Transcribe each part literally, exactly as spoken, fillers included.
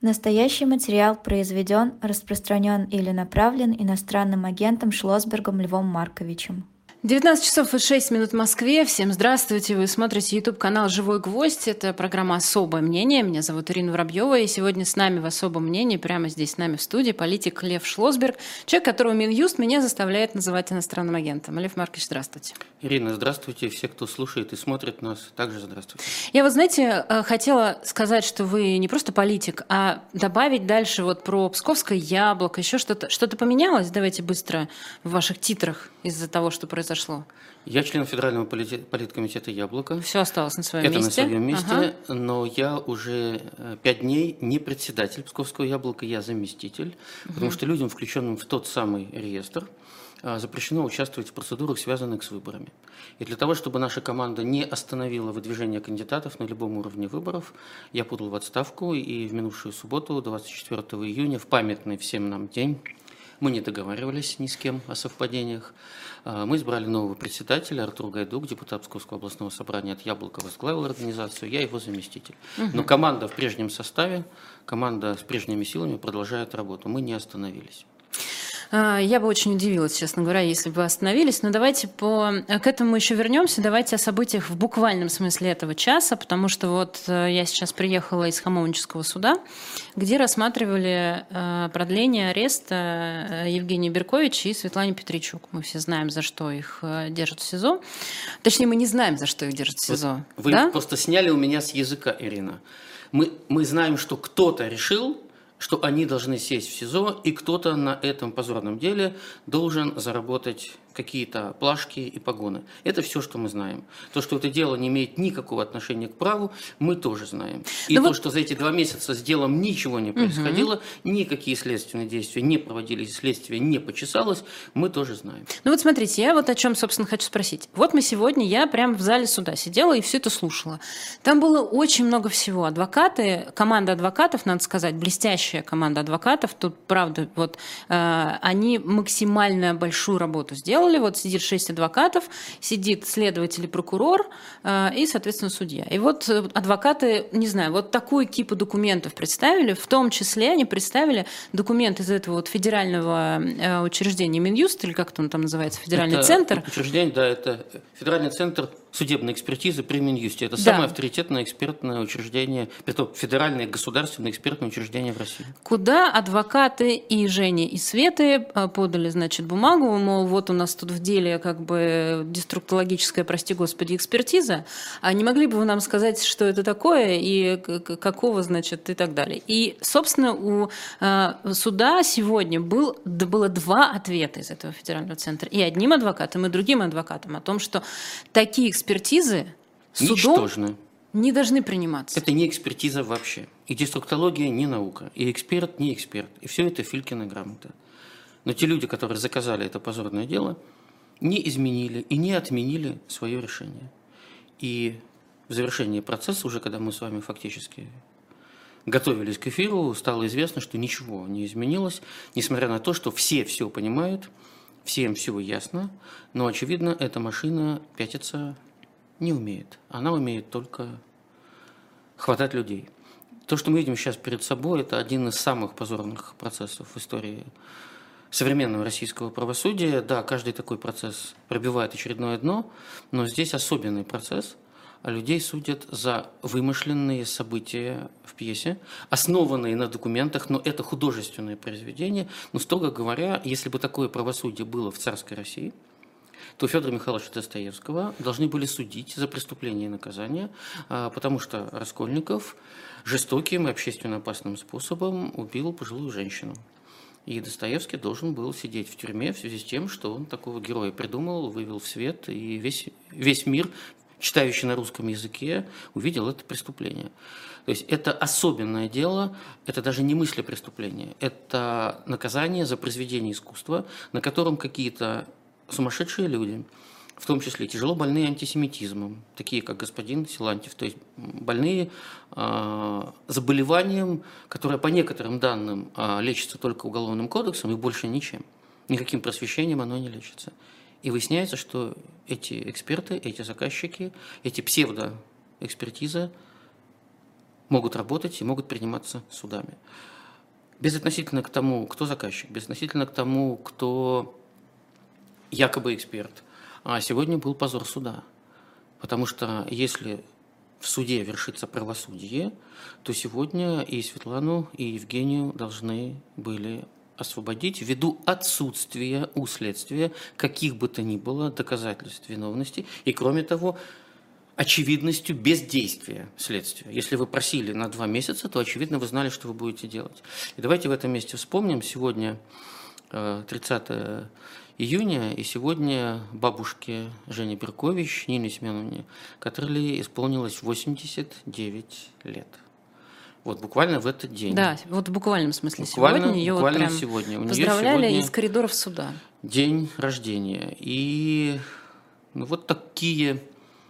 Настоящий материал произведен, распространен или направлен иностранным агентом Шлосбергом Львом Марковичем. девятнадцать часов и шесть минут в Москве. Всем здравствуйте. Вы смотрите YouTube-канал «Живой гвоздь». Это программа «Особое мнение». Меня зовут Ирина Воробьева. И сегодня с нами в «Особом мнении», прямо здесь с нами в студии, политик Лев Шлосберг. Человек, которого Минюст меня заставляет называть иностранным агентом. Лев Маркович, здравствуйте. Ирина, здравствуйте. Все, кто слушает и смотрит нас, также здравствуйте. Я вот, знаете, хотела сказать, что вы не просто политик, а добавить дальше вот про псковское яблоко, еще что-то. Что-то поменялось? Давайте быстро в ваших титрах из-за того, что произошло. Зашло. Я член Федерального политкомитета «Яблоко». Все осталось на своем Это месте. Это на своем месте, ага. но я уже пять дней не председатель Псковского «Яблока», я заместитель, угу. потому что людям, включенным в тот самый реестр, запрещено участвовать в процедурах, связанных с выборами. И для того, чтобы наша команда не остановила выдвижение кандидатов на любом уровне выборов, я подал в отставку, и в минувшую субботу, двадцать четвёртого июня, в памятный всем нам день, мы не договаривались ни с кем о совпадениях. Мы избрали нового председателя, Артур Гайдук, депутат Псковского областного собрания от «Яблока», возглавил организацию, я его заместитель. Угу. Но команда в прежнем составе, команда с прежними силами продолжает работу. Мы не остановились. Я бы очень удивилась, честно говоря, если бы вы остановились. Но давайте по... к этому еще вернемся. Давайте о событиях в буквальном смысле этого часа, потому что вот я сейчас приехала из Хамовнического суда, где рассматривали продление ареста Евгения Берковича и Светланы Петричук. Мы все знаем, за что их держат в СИЗО. Точнее, мы не знаем, за что их держат в СИЗО. Вот вы да? просто сняли у меня с языка, Ирина. Мы, мы знаем, что кто-то решил, что они должны сесть в СИЗО, и кто-то на этом позорном деле должен заработать какие-то плашки и погоны. Это все, что мы знаем. То, что это дело не имеет никакого отношения к праву, мы тоже знаем. И Но то, вот... что за эти два месяца с делом ничего не происходило, угу. никакие следственные действия не проводились, следствие не почесалось, мы тоже знаем. Ну вот смотрите, я вот о чем, собственно, хочу спросить. Вот мы сегодня, я прямо в зале суда сидела и все это слушала. Там было очень много всего. Адвокаты, команда адвокатов, надо сказать, блестящая команда адвокатов, тут, правда, вот э, они максимально большую работу сделали. Вот сидит шесть адвокатов, сидит следователь и прокурор э, и, соответственно, судья. И вот адвокаты, не знаю, вот такую кипу документов представили, в том числе они представили документ из этого вот федерального э, учреждения Минюст, или как это он там называется, федеральный это центр. Учреждение, да, это федеральный центр судебной экспертизы при Минюсте. Это да. самое авторитетное экспертное учреждение, это федеральное государственное экспертное учреждение в России. Куда адвокаты и Женя, и Светы подали, значит, бумагу, мол, вот у нас тут в деле как бы деструктологическая, прости господи, экспертиза, а не могли бы вы нам сказать, что это такое и какого, значит, и так далее. И, собственно, у суда сегодня был, было два ответа из этого федерального центра. И одним адвокатом, и другим адвокатом о том, что такие экспертизы судом ничтожны. Не должны приниматься. Это не экспертиза вообще. И деструктология не наука. И эксперт не эксперт. И все это Филькина грамота. Но те люди, которые заказали это позорное дело, не изменили и не отменили свое решение. И в завершении процесса, уже когда мы с вами фактически готовились к эфиру, стало известно, что ничего не изменилось, несмотря на то, что все все понимают, всем все ясно, но, очевидно, эта машина пятиться не умеет. Она умеет только хватать людей. То, что мы видим сейчас перед собой, это один из самых позорных процессов в истории современного российского правосудия. Да, каждый такой процесс пробивает очередное дно, но здесь особенный процесс. А людей судят за вымышленные события в пьесе, основанные на документах, но это художественное произведение. Но, строго говоря, если бы такое правосудие было в царской России, то Федора Михайловича Достоевского должны были судить за преступление и наказание, потому что Раскольников жестоким и общественно опасным способом убил пожилую женщину. И Достоевский должен был сидеть в тюрьме в связи с тем, что он такого героя придумал, вывел в свет, и весь, весь мир, читающий на русском языке, увидел это преступление. То есть это особенное дело, это даже не мысль о преступлении, это наказание за произведение искусства, на котором какие-то сумасшедшие люди, в том числе тяжело больные антисемитизмом, такие как господин Силантьев, то есть больные э, заболеванием, которое по некоторым данным э, лечится только уголовным кодексом и больше ничем. Никаким просвещением оно не лечится. И выясняется, что эти эксперты, эти заказчики, эти псевдоэкспертизы могут работать и могут приниматься судами. Безотносительно к тому, кто заказчик, безотносительно к тому, кто якобы эксперт. А сегодня был позор суда. Потому что если в суде вершится правосудие, то сегодня и Светлану, и Евгению должны были освободить ввиду отсутствия у следствия каких бы то ни было доказательств виновности. И кроме того, очевидностью бездействия следствия. Если вы просили на два месяца, то, очевидно, вы знали, что вы будете делать. И давайте в этом месте вспомним. Сегодня тридцатое июня, и сегодня бабушке Жене Беркович, Нине Семеновне, которой исполнилось восемьдесят девять лет. Вот буквально в этот день. Да, вот в буквальном смысле буквально, сегодня. Ее буквально вот прям сегодня. У поздравляли сегодня из коридоров суда. День рождения. И ну, вот такие...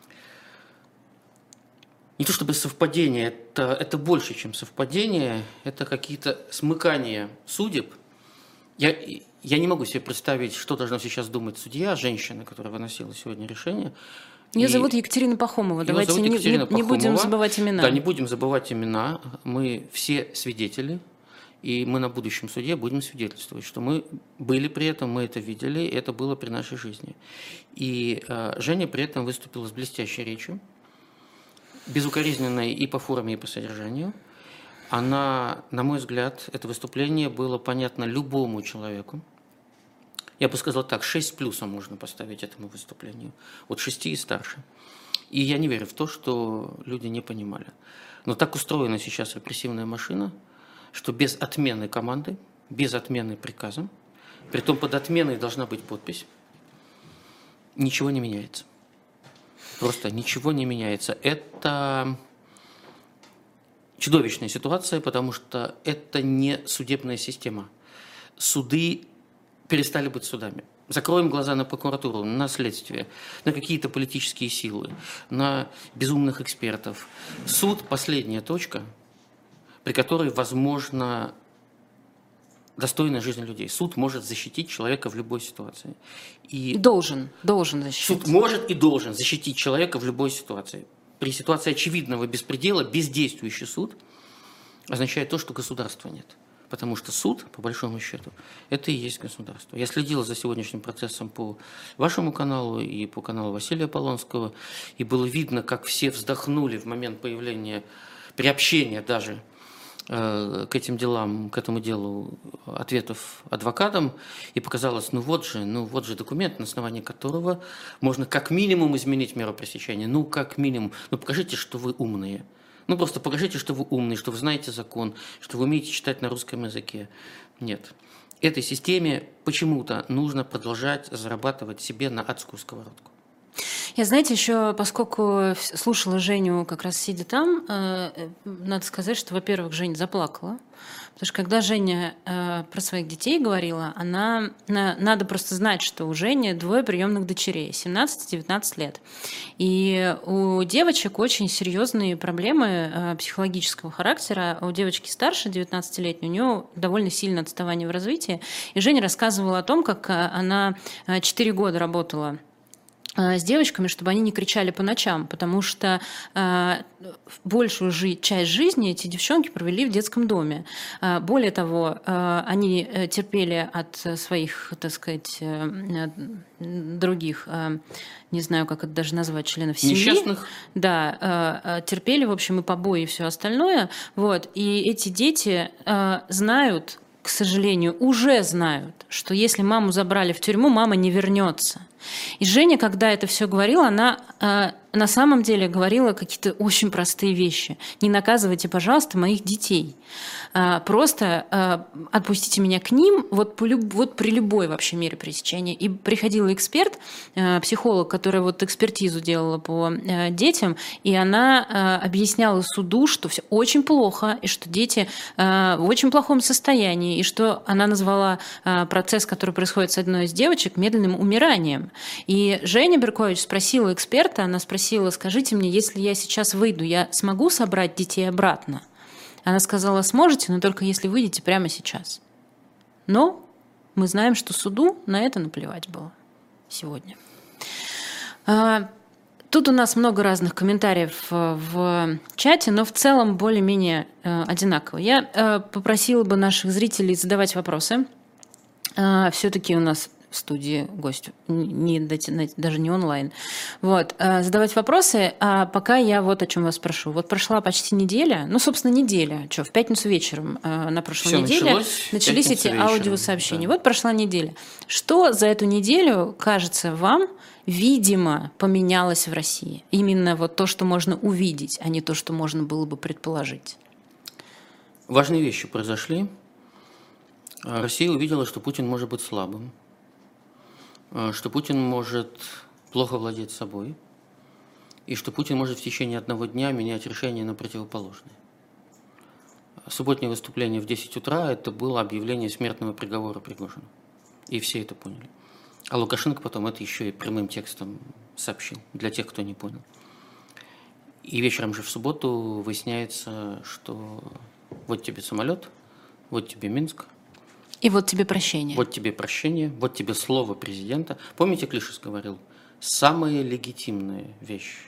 Не то чтобы совпадение, это, это больше, чем совпадение, это какие-то смыкания судеб. Я, я не могу себе представить, что должна сейчас думать судья, женщина, которая выносила сегодня решение. Ее И зовут Екатерина Пахомова. ее Давайте зовут не, Екатерина не, не будем Пахомова. забывать имена. Да, не будем забывать имена. Мы все свидетели, и мы на будущем суде будем свидетельствовать, что мы были при этом, мы это видели, и это было при нашей жизни. И э, Женя при этом выступила с блестящей речью, безукоризненной и по форме, и по содержанию. Она, на мой взгляд, это выступление было понятно любому человеку. Я бы сказал так, шесть с плюсом можно поставить этому выступлению. От шести и старше. И я не верю в то, что люди не понимали. Но так устроена сейчас репрессивная машина, что без отмены команды, без отмены приказа, притом под отменой должна быть подпись, ничего не меняется. Просто ничего не меняется. Это чудовищная ситуация, потому что это не судебная система. Суды перестали быть судами. Закроем глаза на прокуратуру, на следствие, на какие-то политические силы, на безумных экспертов. Суд – последняя точка, при которой возможна достойная жизнь людей. Суд может защитить человека в любой ситуации. И должен, должен защитить. Суд может и должен защитить человека в любой ситуации. При ситуации очевидного беспредела бездействующий суд означает то, что государства нет. Потому что суд, по большому счету, это и есть государство. Я следил за сегодняшним процессом по вашему каналу и по каналу Василия Полонского, и было видно, как все вздохнули в момент появления, приобщения даже э, к этим делам, к этому делу ответов адвокатам, и показалось, ну вот же, ну вот же документ, на основании которого можно как минимум изменить меру пресечения, ну как минимум, ну покажите, что вы умные. Ну, просто покажите, что вы умный, что вы знаете закон, что вы умеете читать на русском языке. Нет. Этой системе почему-то нужно продолжать зарабатывать себе на адскую сковородку. Я, знаете, еще, поскольку слушала Женю, как раз сидя там, э, надо сказать, что, во-первых, Женя заплакала. Потому что когда Женя э, про своих детей говорила, она, на, надо просто знать, что у Жени двое приемных дочерей, семнадцать-девятнадцать лет. И у девочек очень серьезные проблемы э, психологического характера. У девочки старше, девятнадцатилетней, у нее довольно сильное отставание в развитии. И Женя рассказывала о том, как она четыре года работала с девочками, чтобы они не кричали по ночам, потому что э, большую жи- часть жизни эти девчонки провели в детском доме. Э, более того, э, они терпели от своих, так сказать, э, других, э, не знаю, как это даже назвать, членов семьи. Несчастных? Да, э, терпели, в общем, и побои, и все остальное. Вот. И эти дети э, знают, к сожалению, уже знают, что если маму забрали в тюрьму, мама не вернется. И Женя, когда это все говорила, она э, на самом деле говорила какие-то очень простые вещи. Не наказывайте, пожалуйста, моих детей. Э, просто э, отпустите меня к ним вот, по люб, вот при любой вообще мере пресечения. И приходил эксперт, э, психолог, которая вот экспертизу делала по э, детям, и она э, объясняла суду, что все очень плохо, и что дети э, в очень плохом состоянии, и что она назвала э, процесс, который происходит с одной из девочек, медленным умиранием. И Женя Беркович спросила эксперта, она спросила, скажите мне, если я сейчас выйду, я смогу собрать детей обратно? Она сказала, сможете, но только если выйдете прямо сейчас. Но мы знаем, что суду на это наплевать было сегодня. Тут у нас много разных комментариев в чате, но в целом более-менее одинаково. Я попросила бы наших зрителей задавать вопросы. Все-таки у нас в студии гость, не, даже не онлайн. Вот. Задавать вопросы, а пока я вот о чем вас спрошу. Вот прошла почти неделя, ну, собственно, неделя. Что, в пятницу вечером на прошлой Всё неделе началось, начались эти вечером, аудиосообщения. да. Вот прошла неделя. Что за эту неделю, кажется, вам, видимо, поменялось в России? Именно вот то, что можно увидеть, а не то, что можно было бы предположить. Важные вещи произошли. Россия увидела, что Путин может быть слабым, что Путин может плохо владеть собой, и что Путин может в течение одного дня менять решения на противоположные. Субботнее выступление в десять утра – это было объявление смертного приговора Пригожину. И все это поняли. А Лукашенко потом это еще и прямым текстом сообщил, для тех, кто не понял. И вечером же в субботу выясняется, что вот тебе самолет, вот тебе Минск. И вот тебе прощение. Вот тебе прощение, вот тебе слово президента. Помните, Клишес говорил, самая легитимная вещь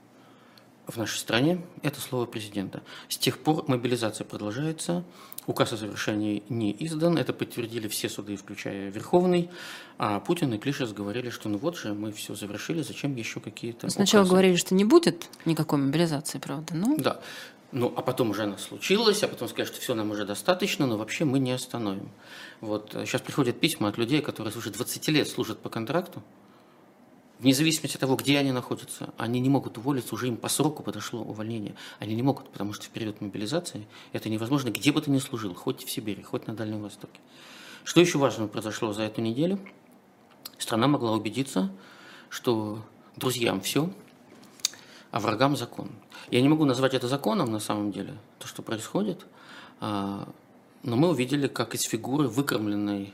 в нашей стране – это слово президента. С тех пор мобилизация продолжается, указ о завершении не издан, это подтвердили все суды, включая Верховный, а Путин и Клишес говорили, что ну вот же, мы все завершили, зачем еще какие-то Сначала указы? Говорили, что не будет никакой мобилизации, правда? Ну... Да. Ну, а потом уже она случилась, а потом сказали, что все, нам уже достаточно, но вообще мы не остановим. Вот сейчас приходят письма от людей, которые уже двадцать лет служат по контракту, вне зависимости от того, где они находятся, они не могут уволиться, уже им по сроку подошло увольнение. Они не могут, потому что в период мобилизации это невозможно, где бы ты ни служил, хоть в Сибири, хоть на Дальнем Востоке. Что еще важного произошло за эту неделю? Страна могла убедиться, что друзьям все, а врагам закон. Я не могу назвать это законом на самом деле, то, что происходит, но мы увидели, как из фигуры, выкормленной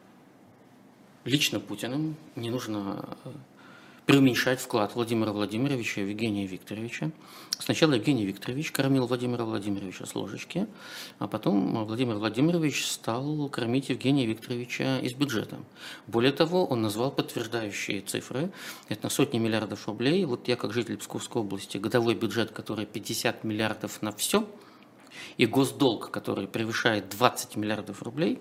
лично Путиным, не нужно преуменьшать вклад Владимира Владимировича и Евгения Викторовича. Сначала Евгений Викторович кормил Владимира Владимировича с ложечки, а потом Владимир Владимирович стал кормить Евгения Викторовича из бюджета. Более того, он назвал подтверждающие цифры. Это на сотни миллиардов рублей. Вот я, как житель Псковской области, годовой бюджет, который пятьдесят миллиардов на все, и госдолг, который превышает двадцать миллиардов рублей,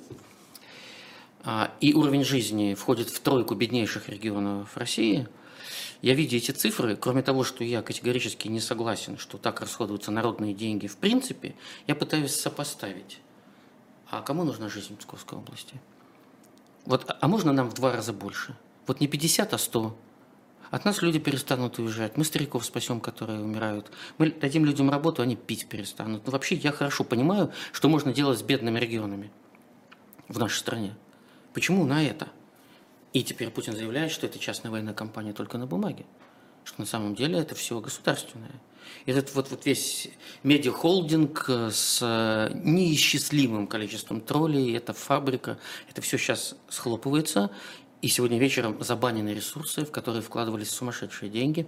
и уровень жизни входит в тройку беднейших регионов России. Я, видя эти цифры, кроме того, что я категорически не согласен, что так расходуются народные деньги в принципе, я пытаюсь сопоставить. А кому нужна жизнь в Псковской области? Вот, а можно нам в два раза больше? Вот не пятьдесят, а сто. От нас люди перестанут уезжать. Мы стариков спасем, которые умирают. Мы дадим людям работу, они пить перестанут. Ну, вообще, я хорошо понимаю, что можно делать с бедными регионами в нашей стране. Почему на это? И теперь Путин заявляет, что это частная военная компания только на бумаге, что на самом деле это все государственное. Этот вот, вот весь медиахолдинг с неисчислимым количеством троллей, это фабрика, это все сейчас схлопывается. И сегодня вечером забанены ресурсы, в которые вкладывались сумасшедшие деньги.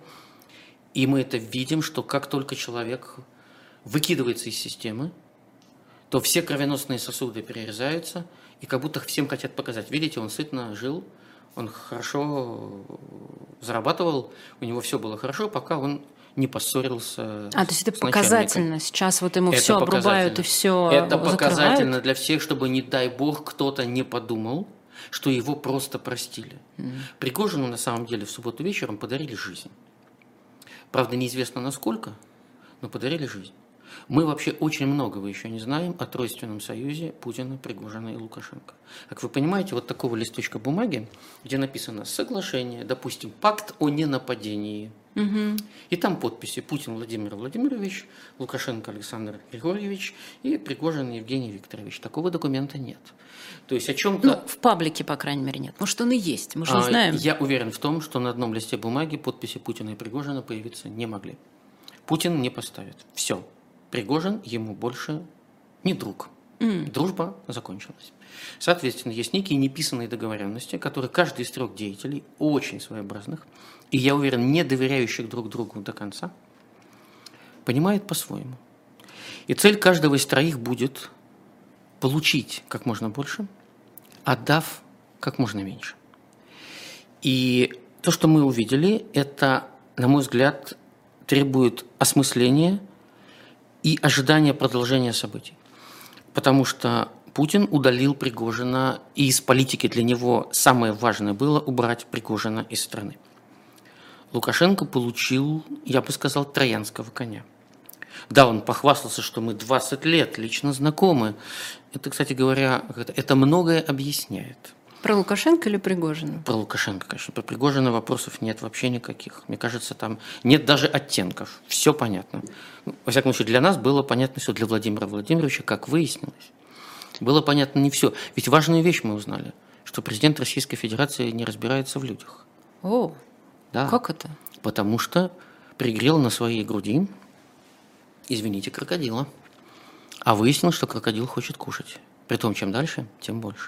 И мы это видим, что как только человек выкидывается из системы, то все кровеносные сосуды перерезаются, и как будто всем хотят показать. Видите, он сытно жил, он хорошо зарабатывал, у него все было хорошо, пока он не поссорился. А, то есть это показательно. Сейчас вот ему все обрубают и все Это закрывают? показательно для всех, чтобы, не дай бог, кто-то не подумал, что его просто простили. Mm. Пригожину, на самом деле, в субботу вечером подарили жизнь. Правда, неизвестно насколько, но подарили жизнь. Мы вообще очень многого еще не знаем о тройственном союзе Путина, Пригожина и Лукашенко. Как вы понимаете, вот такого листочка бумаги, где написано соглашение, допустим, пакт о ненападении. Угу. И там подписи: Путин Владимир Владимирович, Лукашенко Александр Григорьевич и Пригожин Евгений Викторович. Такого документа нет. То есть о чем-то... Ну, в паблике, по крайней мере, нет. Может, он и есть, мы же не а, знаем. Я уверен в том, что на одном листе бумаги подписи Путина и Пригожина появиться не могли. Путин не поставит. Все. Пригожин ему больше не друг. Mm. Дружба закончилась. Соответственно, есть некие неписанные договоренности, которые каждый из трех деятелей, очень своеобразных, и, я уверен, не доверяющих друг другу до конца, понимает по-своему. И цель каждого из троих будет получить как можно больше, отдав как можно меньше. И то, что мы увидели, это на мой взгляд, требует осмысления и ожидания продолжения событий. Потому что Путин удалил Пригожина, и из политики для него самое важное было убрать Пригожина из страны. Лукашенко получил, я бы сказал, троянского коня. Да, он похвастался, что мы двадцать лет лично знакомы. Это, кстати говоря, это многое объясняет. Про Лукашенко или Пригожина? Про Лукашенко, конечно. Про Пригожина вопросов нет вообще никаких. Мне кажется, там нет даже оттенков. Все понятно. Во всяком случае, для нас было понятно все. Для Владимира Владимировича, как выяснилось, было понятно не все. Ведь важную вещь мы узнали, что президент Российской Федерации не разбирается в людях. О, да. Как это? Потому что пригрел на своей груди, извините, крокодила. А выяснилось, что крокодил хочет кушать. Притом, чем дальше, тем больше.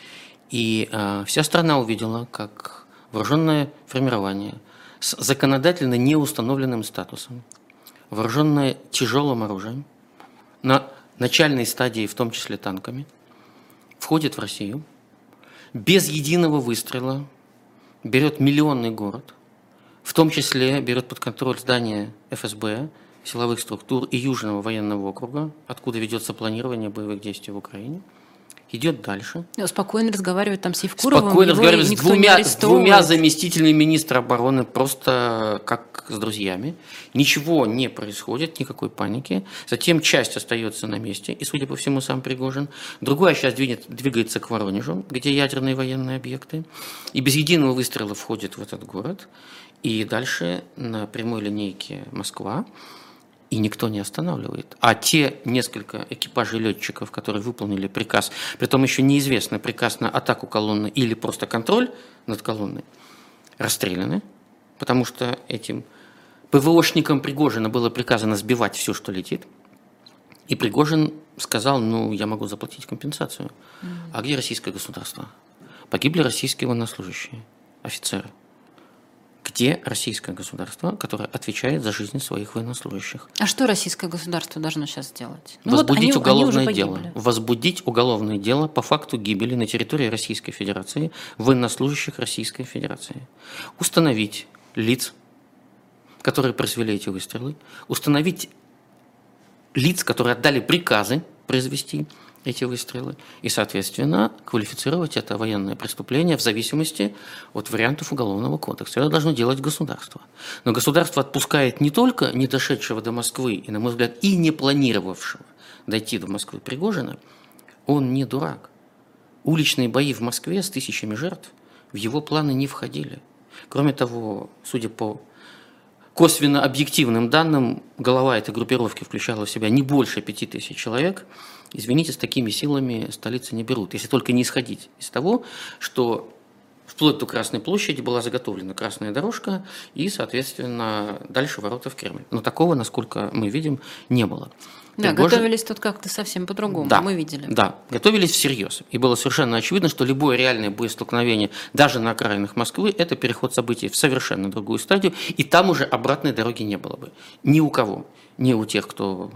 И э, вся страна увидела, как вооруженное формирование с законодательно неустановленным статусом, вооруженное тяжелым оружием, на начальной стадии, в том числе танками, входит в Россию, без единого выстрела берет миллионный город, в том числе берет под контроль здания эф эс бэ, силовых структур и Южного военного округа, откуда ведется планирование боевых действий в Украине, идет дальше. Спокойно разговаривает там с Евкуровым. Спокойно разговаривает с двумя, с двумя заместителями министра обороны, просто как с друзьями. Ничего не происходит, никакой паники. Затем часть остается на месте, и, судя по всему, сам Пригожин. Другая часть двинет, двигается к Воронежу, где ядерные военные объекты, и без единого выстрела входит в этот город. И дальше на прямой линейке Москва. И никто не останавливает. А те несколько экипажей летчиков, которые выполнили приказ, притом еще неизвестно, приказ на атаку колонны или просто контроль над колонной, расстреляны, потому что этим ПВОшникам Пригожина было приказано сбивать все, что летит. И Пригожин сказал, ну, я могу заплатить компенсацию. Mm-hmm. А где российское государство? Погибли российские военнослужащие, офицеры. Где российское государство, которое отвечает за жизнь своих военнослужащих? А что российское государство должно сейчас сделать? Ну Возбудить вот они, уголовное они дело. Возбудить уголовное дело по факту гибели на территории Российской Федерации военнослужащих Российской Федерации. Установить лиц, которые произвели эти выстрелы. Установить лиц, которые отдали приказы произвести эти выстрелы, и, соответственно, квалифицировать это военное преступление в зависимости от вариантов Уголовного кодекса. Это должно делать государство. Но государство отпускает не только не дошедшего до Москвы, и, на мой взгляд, и не планировавшего дойти до Москвы Пригожина, он не дурак. Уличные бои в Москве с тысячами жертв в его планы не входили. Кроме того, судя по косвенно объективным данным, голова этой группировки включала в себя не больше пяти тысяч человек. Извините, с такими силами столицы не берут, если только не исходить из того, что вплоть до Красной площади была заготовлена красная дорожка и, соответственно, дальше ворота в Кремль. Но такого, насколько мы видим, не было. Да, Пригожин... готовились тут как-то совсем по-другому, да, мы видели. Да, готовились всерьез. И было совершенно очевидно, что любое реальное боестолкновение, даже на окраинах Москвы, это переход событий в совершенно другую стадию, и там уже обратной дороги не было бы. Ни у кого. Ни у тех, кто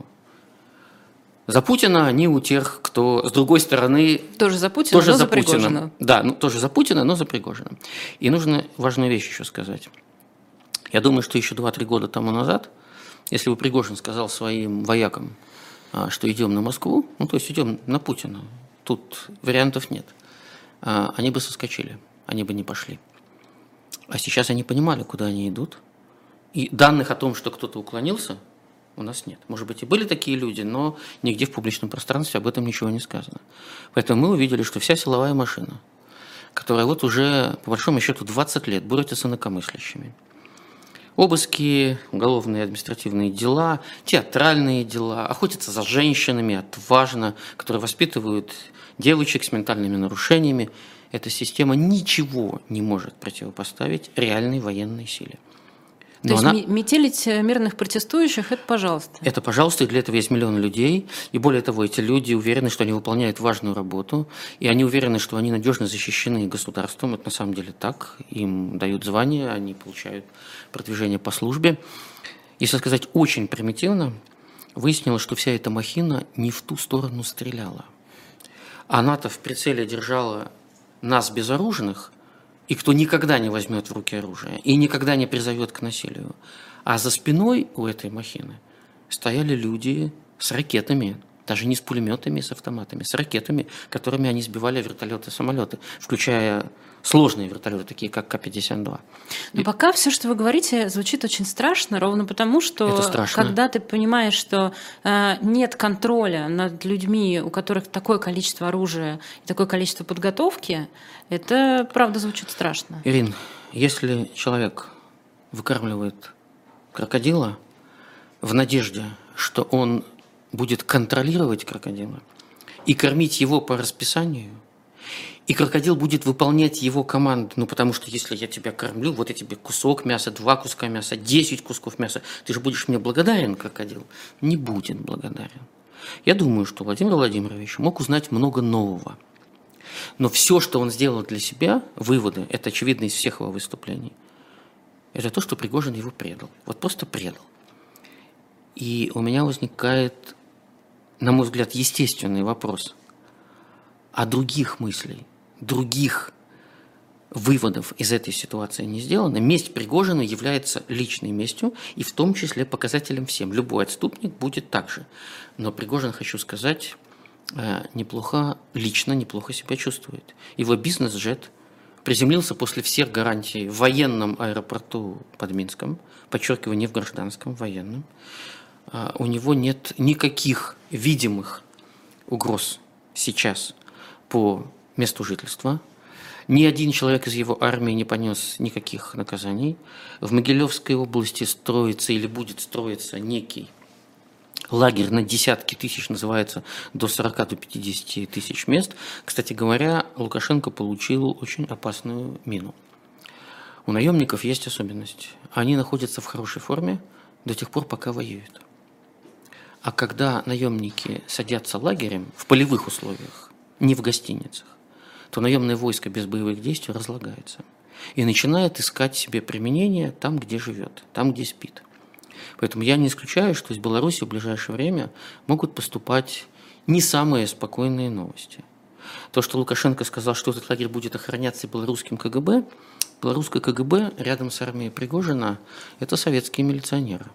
за Путина, ни у тех, кто с другой стороны... Тоже за Путина, тоже но за, за Пригожина. Да, ну, тоже за Путина, но за Пригожина. И нужно важную вещь еще сказать. Я думаю, что еще два-три года тому назад, если бы Пригожин сказал своим воякам, что идем на Москву, ну, то есть идем на Путина, тут вариантов нет, они бы соскочили, они бы не пошли. А сейчас они понимали, куда они идут. И данных о том, что кто-то уклонился, у нас нет. Может быть, и были такие люди, но нигде в публичном пространстве об этом ничего не сказано. Поэтому мы увидели, что вся силовая машина, которая вот уже, по большому счету, двадцать лет борется с инакомыслящими. Обыски, уголовные и административные дела, театральные дела, охотятся за женщинами, отважно, которые воспитывают девочек с ментальными нарушениями. Эта система ничего не может противопоставить реальной военной силе. То есть она... метелить мирных протестующих – это пожалуйста. Это пожалуйста, и для этого есть миллион людей. И более того, эти люди уверены, что они выполняют важную работу, и они уверены, что они надежно защищены государством. Это на самом деле так. Им дают звания, они получают продвижение по службе. Если сказать очень примитивно, выяснилось, что вся эта махина не в ту сторону стреляла. Она-то в прицеле держала нас, безоружных, и кто никогда не возьмет в руки оружие и никогда не призовет к насилию. А за спиной у этой махины стояли люди с ракетами, даже не с пулеметами, с автоматами, с ракетами, которыми они сбивали вертолеты, самолеты, включая сложные вертолеты, такие как Ка пятьдесят два. Но и... пока все, что вы говорите, звучит очень страшно, ровно потому, что когда ты понимаешь, что э, нет контроля над людьми, у которых такое количество оружия и такое количество подготовки, это правда звучит страшно. Ирин, если человек выкармливает крокодила в надежде, что он будет контролировать крокодила и кормить его по расписанию, и крокодил будет выполнять его команду, ну потому что если я тебя кормлю, вот я тебе кусок мяса, два куска мяса, десять кусков мяса, ты же будешь мне благодарен, крокодил? Не будет благодарен. Я думаю, что Владимир Владимирович мог узнать много нового. Но все, что он сделал для себя, выводы, это очевидно из всех его выступлений, это то, что Пригожин его предал. Вот просто предал. И у меня возникает, на мой взгляд, естественный вопрос. А других мыслей, других выводов из этой ситуации не сделано. Месть Пригожина является личной местью и в том числе показателем всем. Любой отступник будет так же. Но Пригожин, хочу сказать, неплохо, лично неплохо себя чувствует. Его бизнес-джет приземлился после всех гарантий в военном аэропорту под Минском, подчеркиваю, не в гражданском, в военном. У него нет никаких видимых угроз сейчас по месту жительства. Ни один человек из его армии не понес никаких наказаний. В Могилевской области строится или будет строиться некий лагерь на десятки тысяч, называется до сорока до пятидесяти тысяч мест. Кстати говоря, Лукашенко получил очень опасную мину. У наемников есть особенность. Они находятся в хорошей форме до тех пор, пока воюют. А когда наемники садятся лагерем в полевых условиях, не в гостиницах, то наемное войско без боевых действий разлагается и начинает искать себе применение там, где живет, там, где спит. Поэтому я не исключаю, что из Беларуси в ближайшее время могут поступать не самые спокойные новости. То, что Лукашенко сказал, что этот лагерь будет охраняться белорусским ка гэ бэ, белорусское ка гэ бэ рядом с армией Пригожина – это советские милиционеры.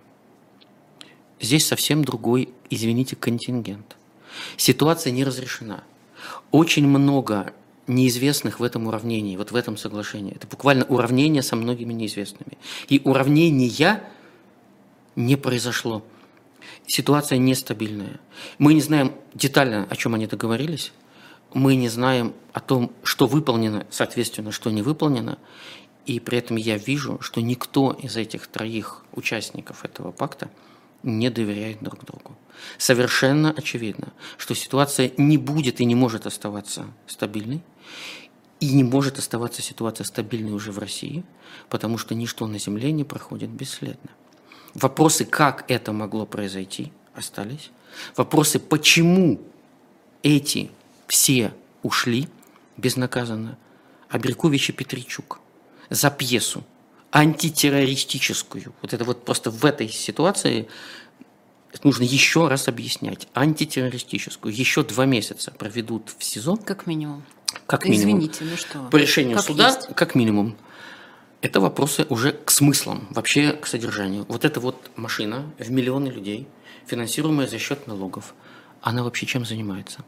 Здесь совсем другой, извините, контингент. Ситуация не разрешена. Очень много неизвестных в этом уравнении, вот в этом соглашении. Это буквально уравнение со многими неизвестными. И уравнения не произошло. Ситуация нестабильная. Мы не знаем детально, о чем они договорились. Мы не знаем о том, что выполнено, соответственно, что не выполнено. И при этом я вижу, что никто из этих троих участников этого пакта не доверяет друг другу. Совершенно очевидно, что ситуация не будет и не может оставаться стабильной. И не может оставаться ситуация стабильной уже в России, потому что ничто на земле не проходит бесследно. Вопросы, как это могло произойти, остались. Вопросы, почему эти все ушли безнаказанно. Аберкович и Петричук за пьесу антитеррористическую. Вот это вот просто в этой ситуации нужно еще раз объяснять. Антитеррористическую. Еще два месяца проведут в СИЗО. Как минимум. Как минимум. Извините, ну что? По решению как суда, есть. Как минимум. Это вопросы уже к смыслам, вообще к содержанию. Вот эта вот машина в миллионы людей, финансируемая за счет налогов, она вообще чем занимается?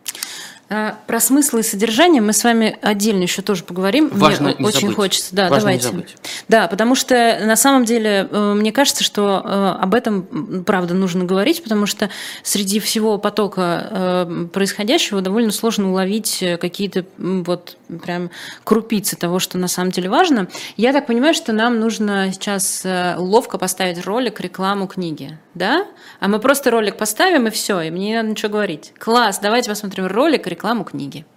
Про смысл и содержание мы с вами отдельно еще тоже поговорим. Важно мне не очень забыть. хочется. Да, Важно давайте. не забыть. Да, потому что на самом деле мне кажется, что об этом правда нужно говорить, потому что среди всего потока происходящего довольно сложно уловить какие-то вот прям крупицы того, что на самом деле важно. Я так понимаю, что нам нужно сейчас ловко поставить ролик, рекламу книги, да? А мы просто ролик поставим и все, и мне не надо ничего говорить. Класс, давайте посмотрим ролик, рекламу книги.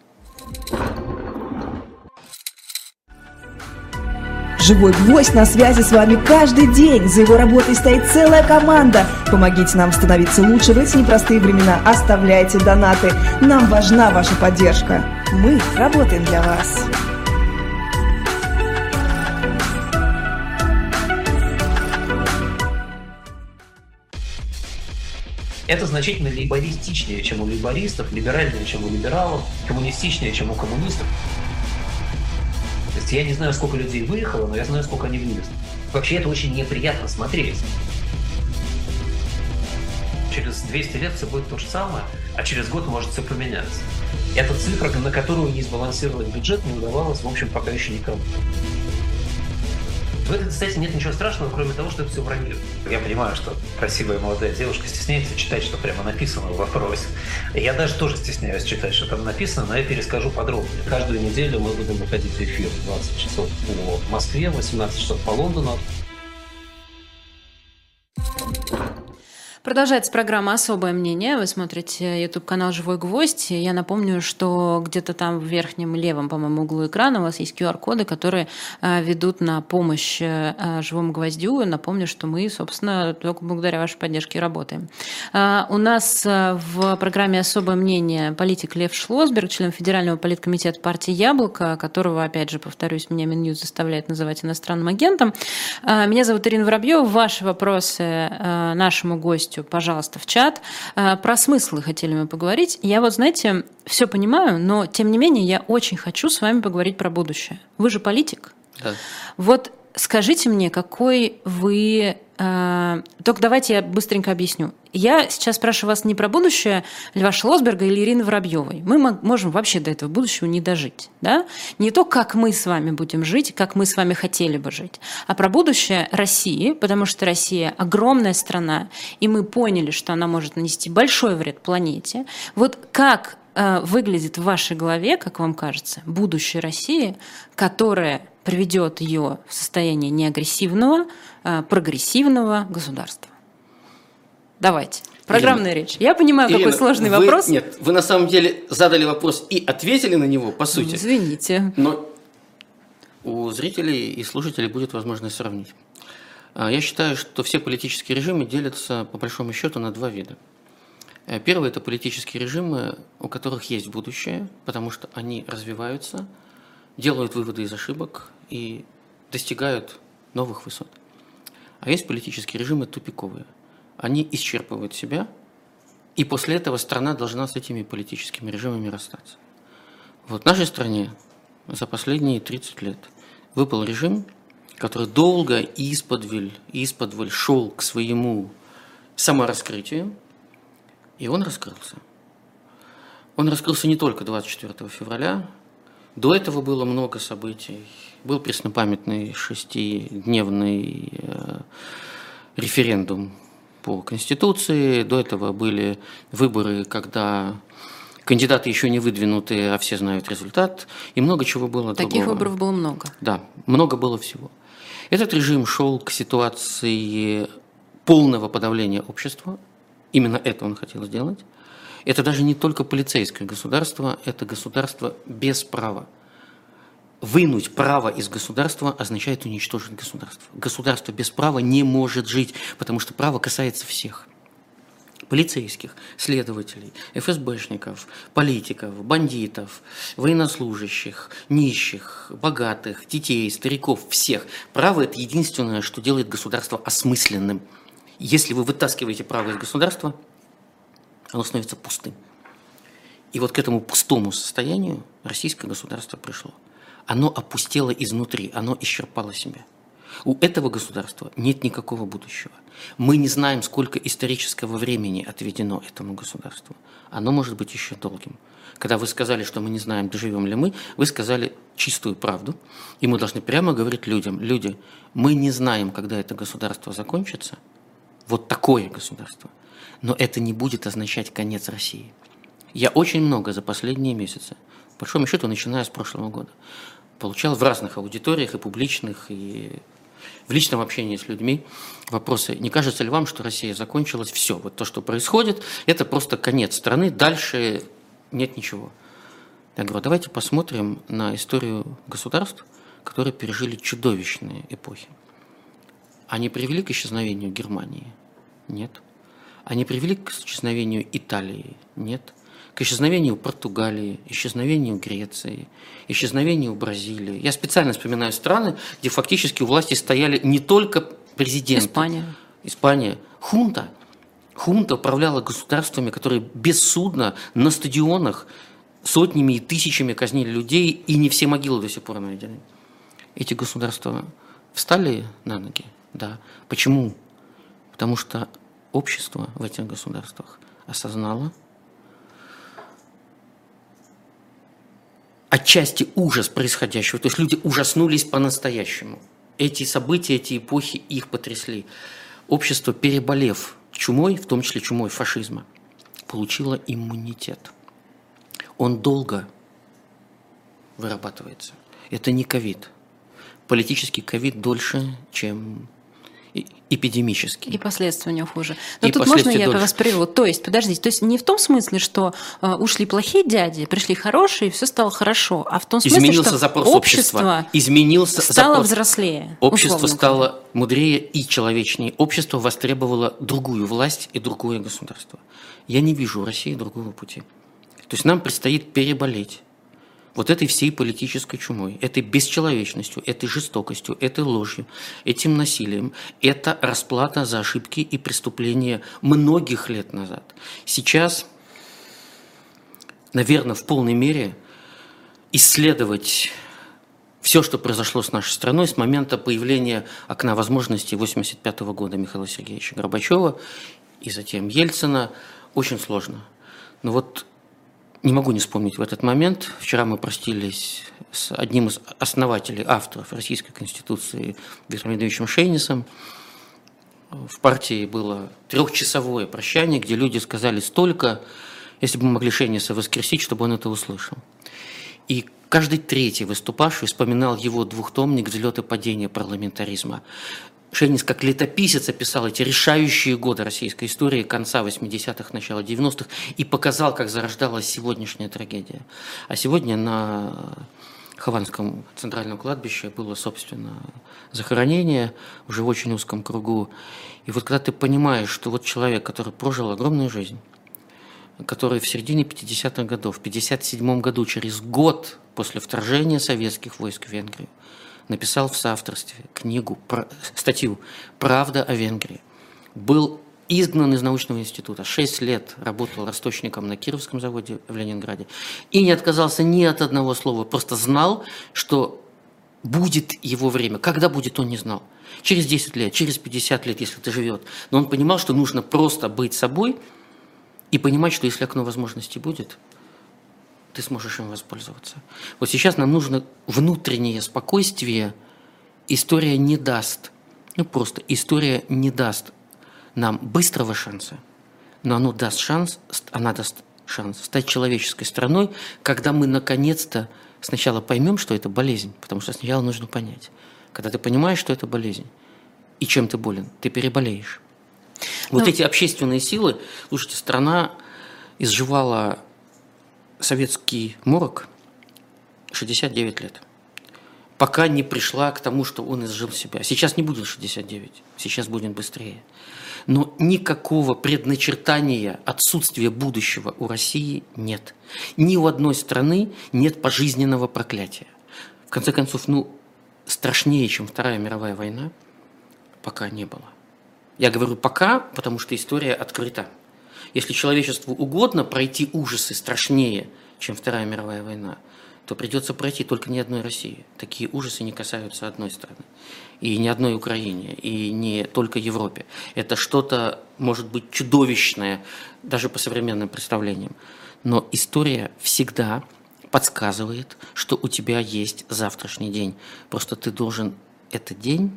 Живой гвоздь на связи с вами каждый день. За его работой стоит целая команда. Помогите нам становиться лучше в эти непростые времена. Оставляйте донаты. Нам важна ваша поддержка. Мы работаем для вас. Это значительно лейбористичнее, чем у лейбористов, либеральнее, чем у либералов, коммунистичнее, чем у коммунистов. То есть есть я не знаю, сколько людей выехало, но я знаю, сколько они вывезли. Вообще это очень неприятно смотреть. Через двести лет все будет то же самое, а через год может все поменяться. Это цифра, на которую не сбалансировать бюджет не удавалось, в общем, пока еще никому. В этой статье нет ничего страшного, кроме того, что это все вранье. Я понимаю, что красивая молодая девушка стесняется читать, что прямо написано в вопросе. Я даже тоже стесняюсь читать, что там написано, но я перескажу подробнее. Каждую неделю мы будем выходить в эфир двадцать часов по Москве, восемнадцать часов по Лондону. Продолжается программа «Особое мнение». Вы смотрите YouTube-канал «Живой гвоздь». Я напомню, что где-то там в верхнем левом, по-моему, углу экрана у вас есть ку ар-коды, которые ведут на помощь «Живому гвоздю». Напомню, что мы, собственно, только благодаря вашей поддержке работаем. У нас в программе «Особое мнение» политик Лев Шлосберг, член Федерального политкомитета партии «Яблоко», которого, опять же, повторюсь, меня Минюст заставляет называть иностранным агентом. Меня зовут Ирина Воробьева. Ваши вопросы нашему гостю, пожалуйста, в чат. Про смыслы хотели мы поговорить. Я вот, знаете, все понимаю, но, тем не менее, я очень хочу с вами поговорить про будущее. Вы же политик. Да. Вот скажите мне, какой вы... Только давайте я быстренько объясню. Я сейчас спрашиваю вас не про будущее Льва Шлосберга или Ирины Воробьевой. Мы можем вообще до этого будущего не дожить. Да? Не то, как мы с вами будем жить, как мы с вами хотели бы жить, а про будущее России, потому что Россия огромная страна, и мы поняли, что она может нанести большой вред планете. Вот как э, выглядит в вашей голове, как вам кажется, будущее России, которое приведет ее в состояние неагрессивного, э, прогрессивного государства? Давайте. Программная Ирина, речь. Я понимаю, Ирина, какой сложный вы, вопрос. Нет, вы на самом деле задали вопрос и ответили на него, по сути. Извините. Но у зрителей и слушателей будет возможность сравнить. Я считаю, что все политические режимы делятся, по большому счету, на два вида. Первый – это политические режимы, у которых есть будущее, потому что они развиваются, делают выводы из ошибок и достигают новых высот. А есть политические режимы тупиковые. Они исчерпывают себя, и после этого страна должна с этими политическими режимами расстаться. Вот в нашей стране за последние тридцать лет выпал режим, который долго исподволь, исподволь шел к своему самораскрытию, и он раскрылся. Он раскрылся не только двадцать четвёртого февраля, до этого было много событий. Был преснопамятный шестидневный э, референдум по Конституции, до этого были выборы, когда кандидаты еще не выдвинуты, а все знают результат, и много чего было другого. Таких выборов было много. Да, много было всего. Этот режим шел к ситуации полного подавления общества, именно это он хотел сделать. Это даже не только полицейское государство, это государство без права. Вынуть право из государства означает уничтожить государство. Государство без права не может жить, потому что право касается всех. Полицейских, следователей, эф эс бэшников, политиков, бандитов, военнослужащих, нищих, богатых, детей, стариков, всех. Право – это единственное, что делает государство осмысленным. Если вы вытаскиваете право из государства, оно становится пустым. И вот к этому пустому состоянию российское государство пришло. Оно опустело изнутри, оно исчерпало себя. У этого государства нет никакого будущего. Мы не знаем, сколько исторического времени отведено этому государству. Оно может быть еще долгим. Когда вы сказали, что мы не знаем, доживем ли мы, вы сказали чистую правду. И мы должны прямо говорить людям: люди, мы не знаем, когда это государство закончится, вот такое государство, но это не будет означать конец России. Я очень много за последние месяцы, по большому счету, начиная с прошлого года, получал в разных аудиториях, и публичных, и в личном общении с людьми вопросы: не кажется ли вам, что Россия закончилась? Все, вот то, что происходит, это просто конец страны, дальше нет ничего. Я говорю: давайте посмотрим на историю государств, которые пережили чудовищные эпохи. Они привели к исчезновению Германии? Нет. Они привели к исчезновению Италии? Нет. К исчезновению Португалии, исчезновению Греции, исчезновению Бразилии. Я специально вспоминаю страны, где фактически у власти стояли не только президенты. Испания. Испания. Хунта. Хунта управляла государствами, которые бессудно на стадионах сотнями и тысячами казнили людей, и не все могилы до сих пор найдены. эти государства встали на ноги? Да. Почему? Потому что общество в этих государствах осознало отчасти ужас происходящего. То есть люди ужаснулись по-настоящему. Эти события, эти эпохи их потрясли. Общество, переболев чумой, в том числе чумой фашизма, получило иммунитет. Он долго вырабатывается. Это не ковид. Политический ковид дольше, чем эпидемический. И последствия у него хуже. Но И тут можно я дольше. вас прерву? То есть, подождите, то есть не в том смысле, что э, ушли плохие дяди, пришли хорошие, и все стало хорошо, а в том смысле, Изменился что запрос общество общества. Изменился стало запрос. взрослее. Общество условно стало говоря. мудрее и человечнее. Общество востребовало другую власть и другое государство. Я не вижу у России другого пути. То есть нам предстоит переболеть вот этой всей политической чумой, этой бесчеловечностью, этой жестокостью, этой ложью, этим насилием. Это расплата за ошибки и преступления многих лет назад. Сейчас, наверное, в полной мере исследовать все, что произошло с нашей страной с момента появления окна возможностей восемьдесят пятого года Михаила Сергеевича Горбачева и затем Ельцина, очень сложно. Но вот не могу не вспомнить в этот момент. Вчера мы простились с одним из основателей, авторов Российской Конституции Виктором Леонидовичем Шейнисом. В партии было трехчасовое прощание, где люди сказали столько, если бы мы могли Шейниса воскресить, чтобы он это услышал. И каждый третий выступавший вспоминал его двухтомник «Взлет и падение парламентаризма». Шейнис как летописец описал эти решающие годы российской истории конца восьмидесятых, начала девяностых и показал, как зарождалась сегодняшняя трагедия. А сегодня на Хованском центральном кладбище было, собственно, захоронение уже в очень узком кругу. И вот когда ты понимаешь, что вот человек, который прожил огромную жизнь, который в середине пятидесятых годов, в пятьдесят седьмом году, через год после вторжения советских войск в Венгрию, написал в соавторстве книгу, статью «Правда о Венгрии». Был изгнан из научного института, шесть лет работал расточником на Кировском заводе в Ленинграде и не отказался ни от одного слова, просто знал, что будет его время. Когда будет, он не знал. Через десять лет, через пятьдесят лет, если это живет. Но он понимал, что нужно просто быть собой и понимать, что если окно возможностей будет, ты сможешь им воспользоваться. Вот сейчас нам нужно внутреннее спокойствие. История не даст, ну просто история не даст нам быстрого шанса, но она даст шанс, она даст шанс стать человеческой страной, когда мы наконец-то сначала поймем, что это болезнь, потому что сначала нужно понять. Когда ты понимаешь, что это болезнь, и чем ты болен, ты переболеешь. Вот но... эти общественные силы, слушайте, страна изживала советский морок шестьдесят девять лет, пока не пришла к тому, что он изжил себя. Сейчас не будет шестьдесят девять, сейчас будет быстрее. Но никакого предначертания отсутствия будущего у России нет. Ни у одной страны нет пожизненного проклятия. В конце концов, ну, страшнее, чем Вторая мировая война, пока не было. Я говорю «пока», потому что история открыта. Если человечеству угодно пройти ужасы страшнее, чем Вторая мировая война, то придется пройти только ни одной России. Такие ужасы не касаются одной страны, и ни одной Украине, и не только Европе. Это что-то, может быть, чудовищное, даже по современным представлениям. Но история всегда подсказывает, что у тебя есть завтрашний день. Просто ты должен этот день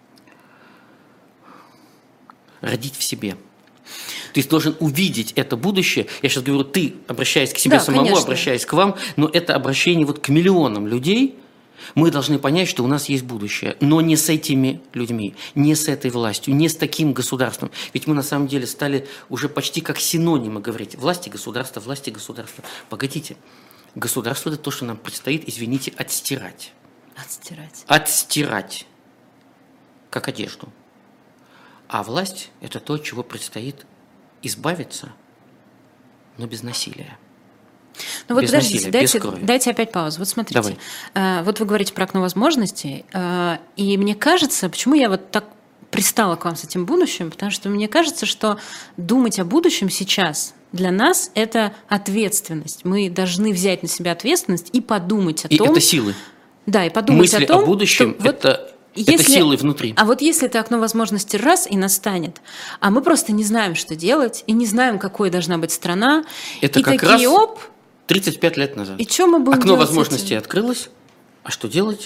родить в себе. Ты должен увидеть это будущее. Я сейчас говорю, ты, обращаясь к себе да, самому, конечно. обращаясь к вам, но это обращение вот к миллионам людей. Мы должны понять, что у нас есть будущее, но не с этими людьми, не с этой властью, не с таким государством. Ведь мы на самом деле стали уже почти как синонимы говорить. Власти государства, власти государства. Погодите, государство – это то, что нам предстоит, извините, отстирать. Отстирать. Отстирать. Как одежду. А власть – это то, от чего предстоит избавиться, но без насилия. Ну вот без подождите, насилия, дайте, без крови. дайте опять паузу. Вот смотрите, Давай. э, вот вы говорите про окно возможностей, э, и мне кажется, почему я вот так пристала к вам с этим будущим, потому что мне кажется, что думать о будущем сейчас для нас – это ответственность. Мы должны взять на себя ответственность и подумать о И том… это силы. Да, и подумать Мысли о том, о будущем что – это, если, это силы внутри. А вот если это окно возможности раз и настанет, а мы просто не знаем, что делать, и не знаем, какой должна быть страна, Это и как такие, раз оп, тридцать пять лет назад. и что мы будем Окно делать с возможностей этим? открылось, а что делать?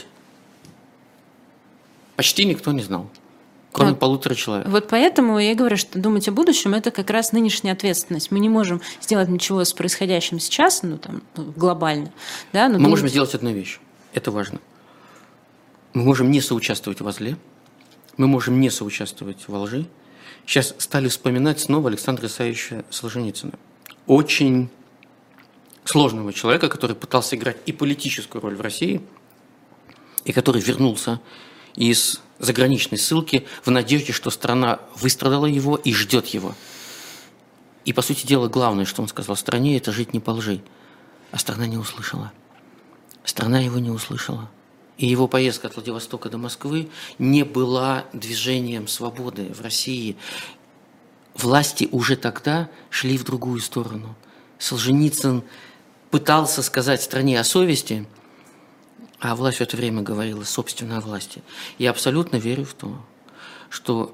Почти никто не знал, кроме Вот. полутора человек. Вот поэтому я и говорю, что думать о будущем – это как раз нынешняя ответственность. Мы не можем сделать ничего с происходящим сейчас, ну, там, глобально. Да, но Мы думать- можем сделать одну вещь, это важно. Мы можем не соучаствовать во зле, мы можем не соучаствовать во лжи. Сейчас стали вспоминать снова Александра Исаевича Солженицына. Очень сложного человека, который пытался играть и политическую роль в России, и который вернулся из заграничной ссылки в надежде, что страна выстрадала его и ждет его. И, по сути дела, главное, что он сказал стране, это жить не по лжи. А страна не услышала. Страна его не услышала. И его поездка от Владивостока до Москвы не была движением свободы в России. Власти уже тогда шли в другую сторону. Солженицын пытался сказать стране о совести, а власть в это время говорила, собственно, о власти. Я абсолютно верю в то, что,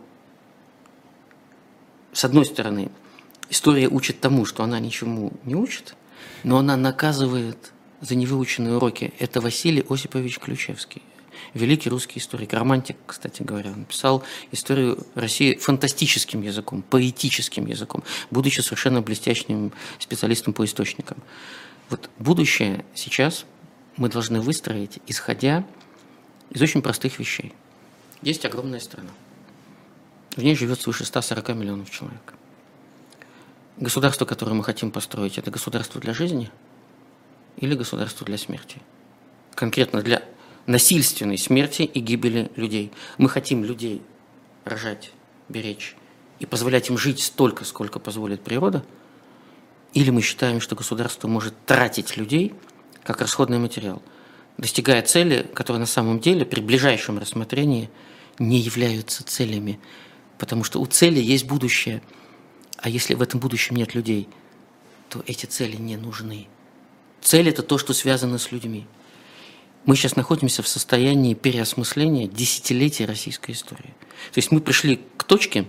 с одной стороны, история учит тому, что она ничему не учит, но она наказывает за невыученные уроки. Это Василий Осипович Ключевский, великий русский историк, романтик, кстати говоря. Он написал историю России фантастическим языком, поэтическим языком, будучи совершенно блестящим специалистом по источникам. Вот будущее сейчас мы должны выстроить, исходя из очень простых вещей. Есть огромная страна. В ней живет свыше ста сорока миллионов человек. Государство, которое мы хотим построить, это государство для жизни или государство для смерти? Конкретно для насильственной смерти и гибели людей. Мы хотим людей рожать, беречь и позволять им жить столько, сколько позволит природа, или мы считаем, что государство может тратить людей как расходный материал, достигая цели, которые на самом деле при ближайшем рассмотрении не являются целями, потому что у цели есть будущее, а если в этом будущем нет людей, то эти цели не нужны. Цель – это то, что связано с людьми. Мы сейчас находимся в состоянии переосмысления десятилетий российской истории. То есть мы пришли к точке,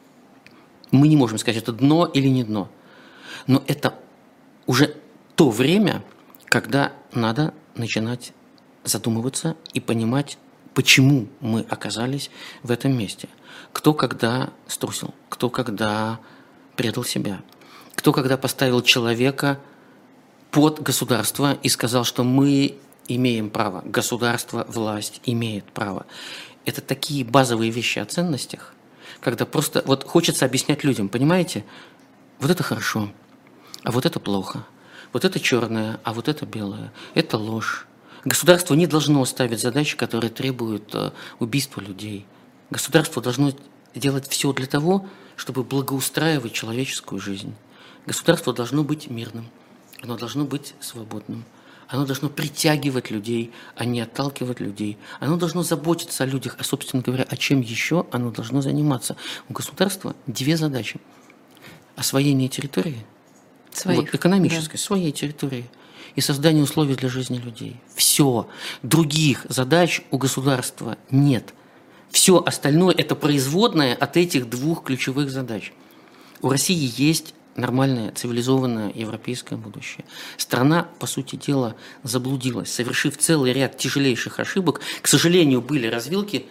мы не можем сказать, это дно или не дно, но это уже то время, когда надо начинать задумываться и понимать, почему мы оказались в этом месте. Кто когда струсил, кто когда предал себя, кто когда поставил человека под государство и сказал, что мы имеем право, государство, власть имеет право. Это такие базовые вещи о ценностях, когда просто вот хочется объяснять людям, понимаете, вот это хорошо, а вот это плохо. Вот это черное, а вот это белое. Это ложь. Государство не должно ставить задачи, которые требуют убийства людей. Государство должно делать все для того, чтобы благоустраивать человеческую жизнь. Государство должно быть мирным, оно должно быть свободным, оно должно притягивать людей, а не отталкивать людей. Оно должно заботиться о людях, а, собственно говоря, о чем еще оно должно заниматься. У государства две задачи. Освоение территории, Своих, вот, экономической, да. своей территории, и создание условий для жизни людей. Все. Других задач у государства нет. Все остальное – это производное от этих двух ключевых задач. У России есть нормальное, цивилизованное европейское будущее. Страна, по сути дела, заблудилась, совершив целый ряд тяжелейших ошибок. К сожалению, были развилки,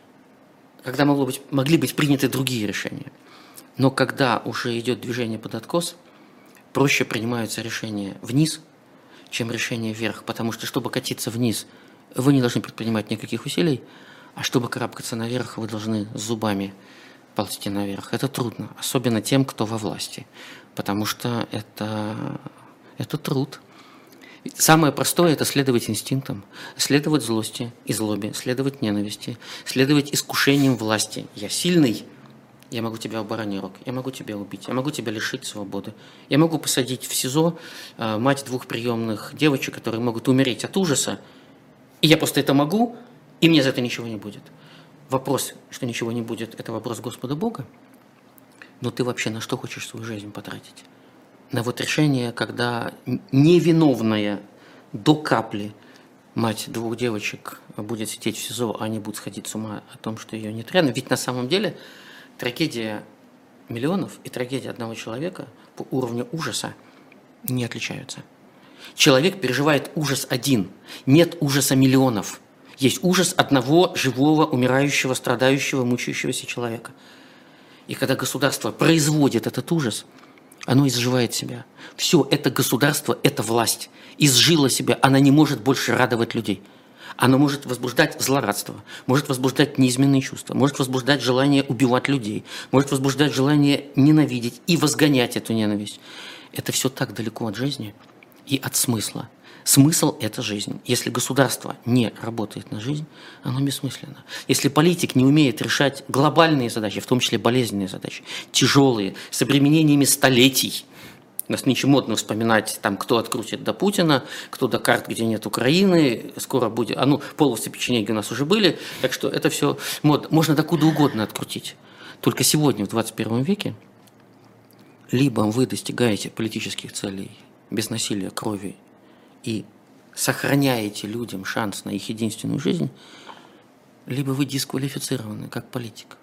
когда могло быть, могли быть приняты другие решения. Но когда уже идет движение под откос, проще принимаются решения вниз, чем решения вверх. Потому что, чтобы катиться вниз, вы не должны предпринимать никаких усилий, а чтобы карабкаться наверх, вы должны с зубами ползти наверх. Это трудно, особенно тем, кто во власти, потому что это, это труд. Самое простое – это следовать инстинктам, следовать злости и злобе, следовать ненависти, следовать искушениям власти. Я сильный, я могу тебя оборонить рог, я могу тебя убить, я могу тебя лишить свободы, я могу посадить в СИЗО э, мать двух приемных девочек, которые могут умереть от ужаса, и я просто это могу, и мне за это ничего не будет. Вопрос, что ничего не будет, это вопрос Господа Бога. Но ты вообще на что хочешь свою жизнь потратить? На вот решение, когда невиновная до капли мать двух девочек будет сидеть в СИЗО, а они будут сходить с ума о том, что ее нет рядом. Ведь на самом деле трагедия миллионов и трагедия одного человека по уровню ужаса не отличаются. Человек переживает ужас один, нет ужаса миллионов. Есть ужас одного живого, умирающего, страдающего, мучающегося человека. И когда государство производит этот ужас, оно изживает себя. Все, это государство, это власть. Изжило себя, она не может больше радовать людей. Она может возбуждать злорадство, может возбуждать неизменные чувства, может возбуждать желание убивать людей, может возбуждать желание ненавидеть и возгонять эту ненависть. Это все так далеко от жизни и от смысла. Смысл – это жизнь. Если государство не работает на жизнь, оно бессмысленно. Если политик не умеет решать глобальные задачи, в том числе болезненные задачи, тяжелые, с обременениями столетий, у нас ничего модно вспоминать, там, кто открутит до Путина, кто до карт, где нет Украины, скоро будет, а ну, половцы печенеги у нас уже были, так что это все модно. Можно докуда угодно открутить. Только сегодня, в двадцать первом веке, либо вы достигаете политических целей без насилия, крови и сохраняете людям шанс на их единственную жизнь, либо вы дисквалифицированы как политик.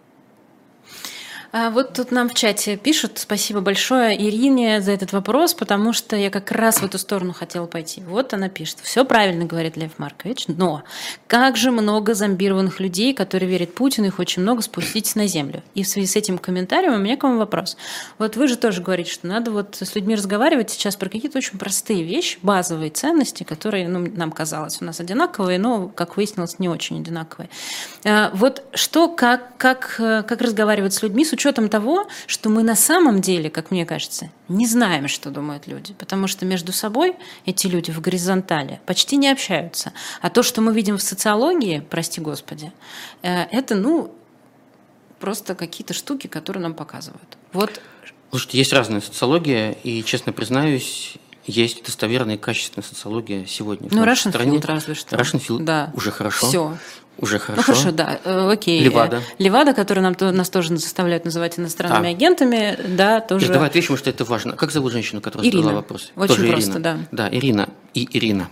А вот тут нам в чате пишут, спасибо большое Ирине за этот вопрос, потому что я как раз в эту сторону хотела пойти. Вот она пишет, все правильно говорит Лев Маркович, но как же много зомбированных людей, которые верят Путину, их очень много, спуститесь на землю. И в связи с этим комментарием у меня к вам вопрос. Вот вы же тоже говорите, что надо вот с людьми разговаривать сейчас про какие-то очень простые вещи, базовые ценности, которые, ну, нам казалось у нас одинаковые, но, как выяснилось, не очень одинаковые. Вот что, как, как, как разговаривать с людьми с учетом того, что мы на самом деле, как мне кажется, не знаем, что думают люди, потому что между собой эти люди в горизонтали почти не общаются. А то, что мы видим в социологии, прости господи, это, ну, просто какие-то штуки, которые нам показывают. Вот. Слушайте, есть разная социология, и, честно признаюсь, есть достоверная и качественная социология сегодня в ну, нашей Russian стране. Field разве что. Russian Field да. уже хорошо. Все. Уже хорошо. Ну хорошо, да, э, окей. Левада. Левада, которую нам, то, нас тоже заставляют называть иностранными а. агентами, да, тоже. Ир, давай отвечу, что это важно. Как зовут женщину, которая Ирина. задала вопрос? Очень тоже просто, Ирина. да. Да, Ирина и Ирина.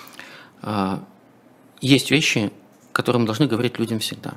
А, есть вещи, которые мы должны говорить людям всегда.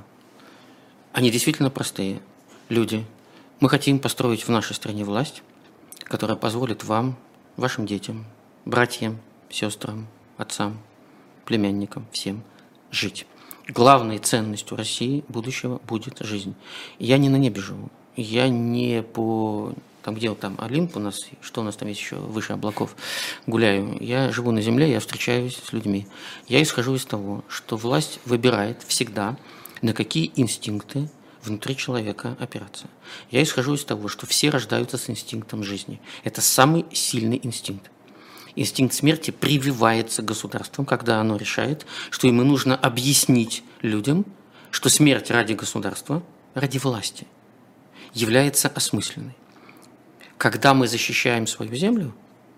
Они действительно простые. Люди. Мы хотим построить в нашей стране власть, которая позволит вам, вашим детям, братьям, сестрам, отцам, племянникам, всем жить. Главной ценностью России будущего будет жизнь. Я не на небе живу. Я не по... Там, где вот там Олимп у нас, что у нас там есть еще выше облаков, гуляю. Я живу на земле, я встречаюсь с людьми. Я исхожу из того, что власть выбирает всегда, на какие инстинкты внутри человека опираться. Я исхожу из того, что все рождаются с инстинктом жизни. Это самый сильный инстинкт. Инстинкт смерти прививается государством, когда оно решает, что ему нужно объяснить людям, что смерть ради государства, ради власти является осмысленной. Когда мы защищаем свою землю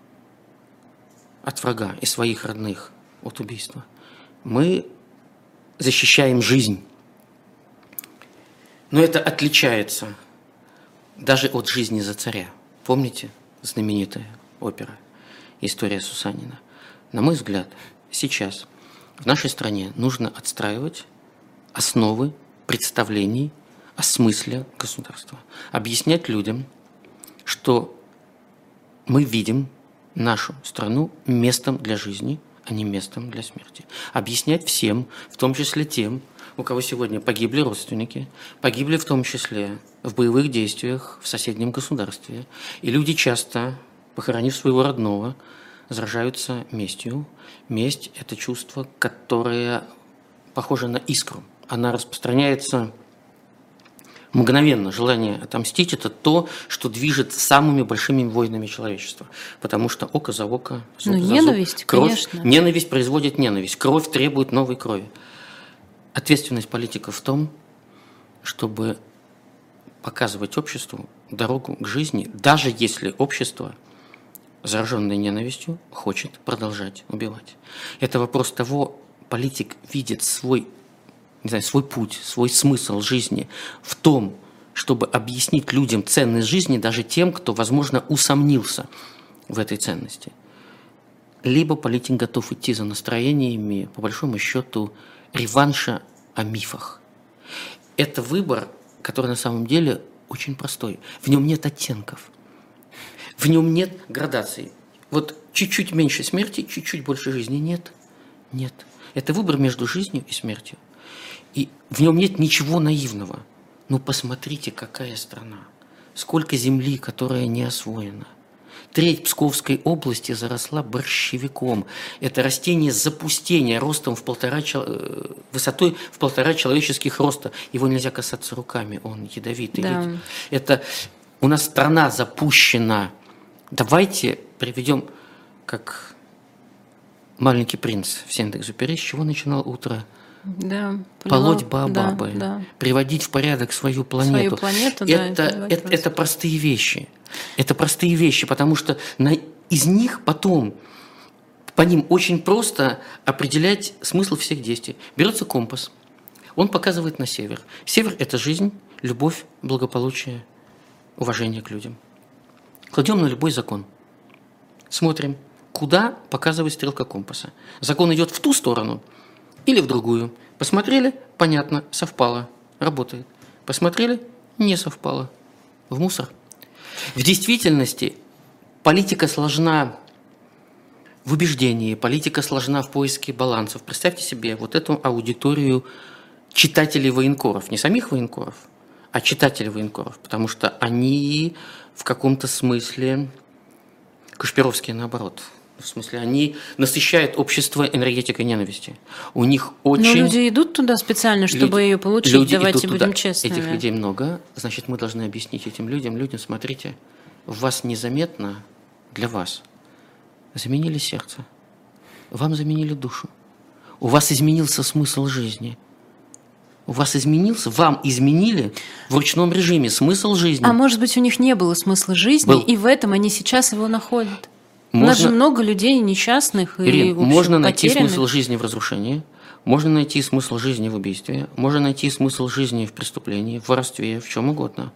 от врага и своих родных от убийства, мы защищаем жизнь. Но это отличается даже от жизни за царя. Помните знаменитая опера «История Сусанина»? На мой взгляд, сейчас в нашей стране нужно отстраивать основы представлений о смысле государства. Объяснять людям, что мы видим нашу страну местом для жизни, а не местом для смерти. Объяснять всем, в том числе тем, у кого сегодня погибли родственники, погибли в том числе в боевых действиях в соседнем государстве. И люди часто, похоронив своего родного, заражаются местью. Месть – это чувство, которое похоже на искру. Она распространяется мгновенно. Желание отомстить – это то, что движет самыми большими войнами человечества. Потому что око за око, зуб ну, за ненависть, зуб. Кровь, конечно. Ненависть производит ненависть. Кровь требует новой крови. Ответственность политиков в том, чтобы показывать обществу дорогу к жизни, даже если общество, зараженное ненавистью, хочет продолжать убивать. Это вопрос того, политик видит свой, не знаю, свой путь, свой смысл жизни в том, чтобы объяснить людям ценность жизни, даже тем, кто, возможно, усомнился в этой ценности. либо политик готов идти за настроениями, по большому счету, реванша о мифах. Это выбор, который на самом деле очень простой. В нем нет оттенков, в нем нет градаций. Вот чуть-чуть меньше смерти, чуть-чуть больше жизни. Нет, нет. Это выбор между жизнью и смертью. И в нем нет ничего наивного. Ну, посмотрите, какая страна. Сколько земли, которая не освоена. Треть Псковской области заросла борщевиком. Это растение запустения ростом в полтора, высотой в полтора человеческих роста. Его нельзя касаться руками, он ядовитый. Да. Это у нас страна запущена. Давайте приведем, как маленький принц в Сент-Экзюпери, с чего начинал утро? Да, полоть баобабы, да, да. приводить в порядок свою планету. Свою планету, это, да, это, это простые вещи. Это простые вещи, потому что на, из них потом, по ним очень просто определять смысл всех действий. Берется компас, он показывает на север. Север – это жизнь, любовь, благополучие, уважение к людям. Кладем на любой закон. Смотрим, куда показывает стрелка компаса. Закон идет в ту сторону или в другую. Посмотрели, понятно, совпало, работает. Посмотрели, не совпало, в мусор. В действительности политика сложна в убеждении, политика сложна в поиске балансов. Представьте себе вот эту аудиторию читателей военкоров, не самих военкоров, а читателей военкоров, потому что они в каком-то смысле Кашпировские наоборот. В смысле, они насыщают общество энергетикой ненависти. У них очень... Но люди идут туда специально, чтобы люди, ее получить, люди давайте будем туда. честными. Этих людей много, значит, мы должны объяснить этим людям. Людям, смотрите, в вас незаметно для вас заменили сердце, вам заменили душу, у вас изменился смысл жизни. У вас изменился, вам изменили в ручном режиме смысл жизни. А может быть, у них не было смысла жизни, Был. и в этом они сейчас его находят. Можно... У нас же много людей несчастных и, Ирин, в общем, можно найти потерянных. смысл жизни в разрушении, можно найти смысл жизни в убийстве, можно найти смысл жизни в преступлении, в воровстве, в чем угодно.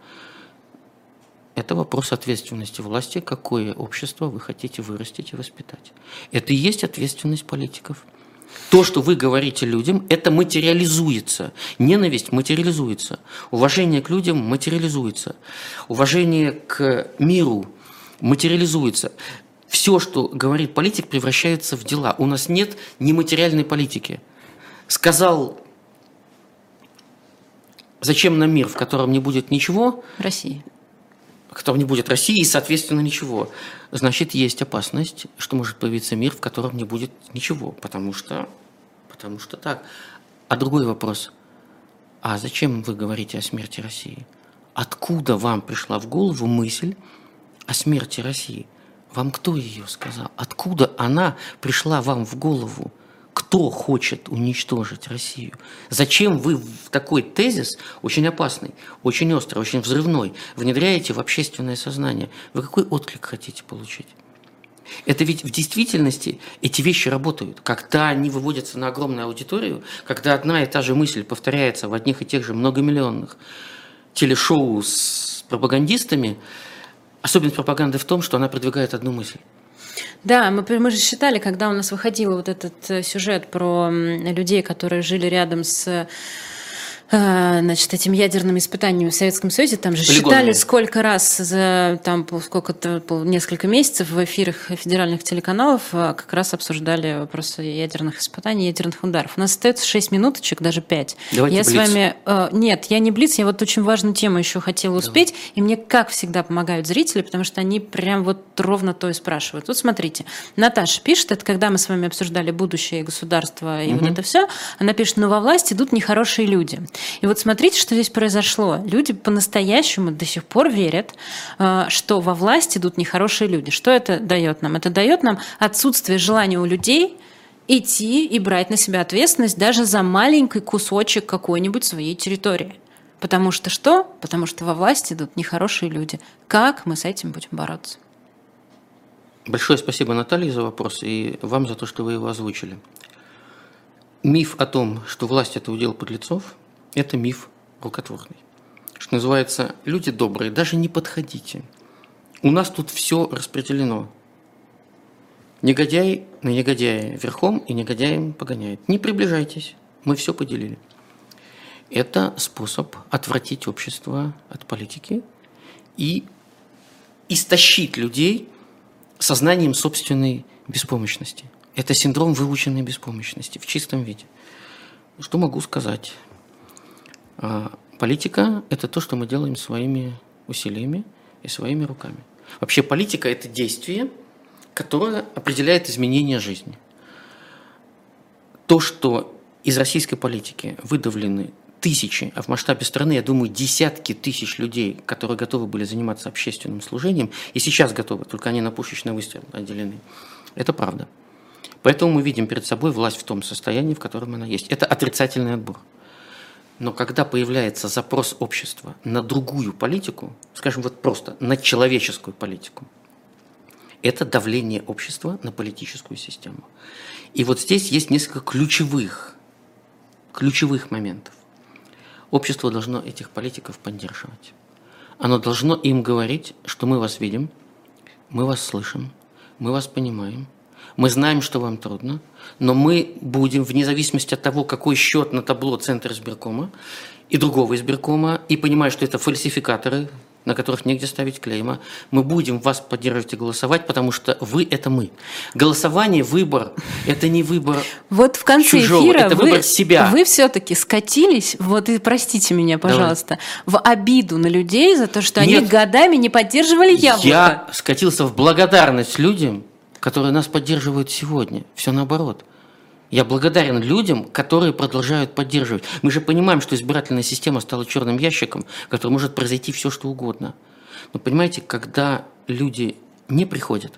Это вопрос ответственности власти, какое общество вы хотите вырастить и воспитать. Это и есть ответственность политиков. То, что вы говорите людям, это материализуется. Ненависть материализуется. Уважение к людям материализуется. Уважение к миру материализуется. Все, что говорит политик, превращается в дела. У нас нет нематериальной политики. Сказал, зачем нам мир, в котором не будет ничего? России. В котором не будет России и, соответственно, ничего. Значит, есть опасность, что может появиться мир, в котором не будет ничего. Потому что, потому что так. А другой вопрос. А зачем вы говорите о смерти России? Откуда вам пришла в голову мысль о смерти России? Вам кто ее сказал? Откуда она пришла вам в голову? Кто хочет уничтожить Россию? Зачем вы в такой тезис, очень опасный, очень острый, очень взрывной, внедряете в общественное сознание? Вы какой отклик хотите получить? Это ведь в действительности эти вещи работают. Когда они выводятся на огромную аудиторию, когда одна и та же мысль повторяется в одних и тех же многомиллионных телешоу с пропагандистами, особенность пропаганды в том, что она продвигает одну мысль. Да, мы, мы же считали, когда у нас выходил вот этот сюжет про людей, которые жили рядом с значит, этими ядерными испытаниями в Советском Союзе, там же считали, сколько раз за там, сколько-то, несколько месяцев в эфирах федеральных телеканалов как раз обсуждали вопросы ядерных испытаний, ядерных ударов. У нас остается шесть минуточек, даже пять. Давайте я блиц. с вами... Нет, я не блиц, я вот очень важную тему еще хотела успеть, Давай. И мне, как всегда, помогают зрители, потому что они прям вот ровно то и спрашивают. Вот смотрите, Наташа пишет, это когда мы с вами обсуждали будущее государства и угу. вот это все, она пишет, но во власть идут нехорошие люди. И вот смотрите, что здесь произошло. Люди по-настоящему до сих пор верят, что во власть идут нехорошие люди. Что это дает нам? Это дает нам отсутствие желания у людей идти и брать на себя ответственность даже за маленький кусочек какой-нибудь своей территории. Потому что что? Потому что во власть идут нехорошие люди. Как мы с этим будем бороться? Большое спасибо, Наталья, за вопрос и вам за то, что вы его озвучили. Миф о том, что власть – это удел подлецов, это миф рукотворный. Что называется, люди добрые, даже не подходите. У нас тут все распределено. Негодяй на негодяя верхом и негодяем погоняет. Не приближайтесь, мы все поделили. Это способ отвратить общество от политики и истощить людей сознанием собственной беспомощности. Это синдром выученной беспомощности в чистом виде. Что могу сказать? Политика – это то, что мы делаем своими усилиями и своими руками. Вообще политика – это действие, которое определяет изменение жизни. То, что из российской политики выдавлены тысячи, а в масштабе страны, я думаю, десятки тысяч людей, которые готовы были заниматься общественным служением, и сейчас готовы, только они на пушечный выстрел отделены. Это правда. Поэтому мы видим перед собой власть в том состоянии, в котором она есть. Это отрицательный отбор. Но когда появляется запрос общества на другую политику, скажем вот просто на человеческую политику, это давление общества на политическую систему. И вот здесь есть несколько ключевых, ключевых моментов. Общество должно этих политиков поддерживать. Оно должно им говорить, что мы вас видим, мы вас слышим, мы вас понимаем, мы знаем, что вам трудно, но мы будем, вне зависимости от того, какой счет на табло Центра избиркома и другого избиркома, и понимая, что это фальсификаторы, на которых негде ставить клейма, мы будем вас поддерживать и голосовать, потому что вы – это мы. Голосование, выбор – это не выбор Вот в конце чужого, эфира это вы, выбор себя. Вы все-таки скатились, вот и простите меня, пожалуйста, Давай. в обиду на людей за то, что Нет, они годами не поддерживали яблоко. Я скатился в благодарность людям, которые нас поддерживают сегодня. Все наоборот. Я благодарен людям, которые продолжают поддерживать. Мы же понимаем, что избирательная система стала черным ящиком, который может произойти все, что угодно. Но понимаете, когда люди не приходят,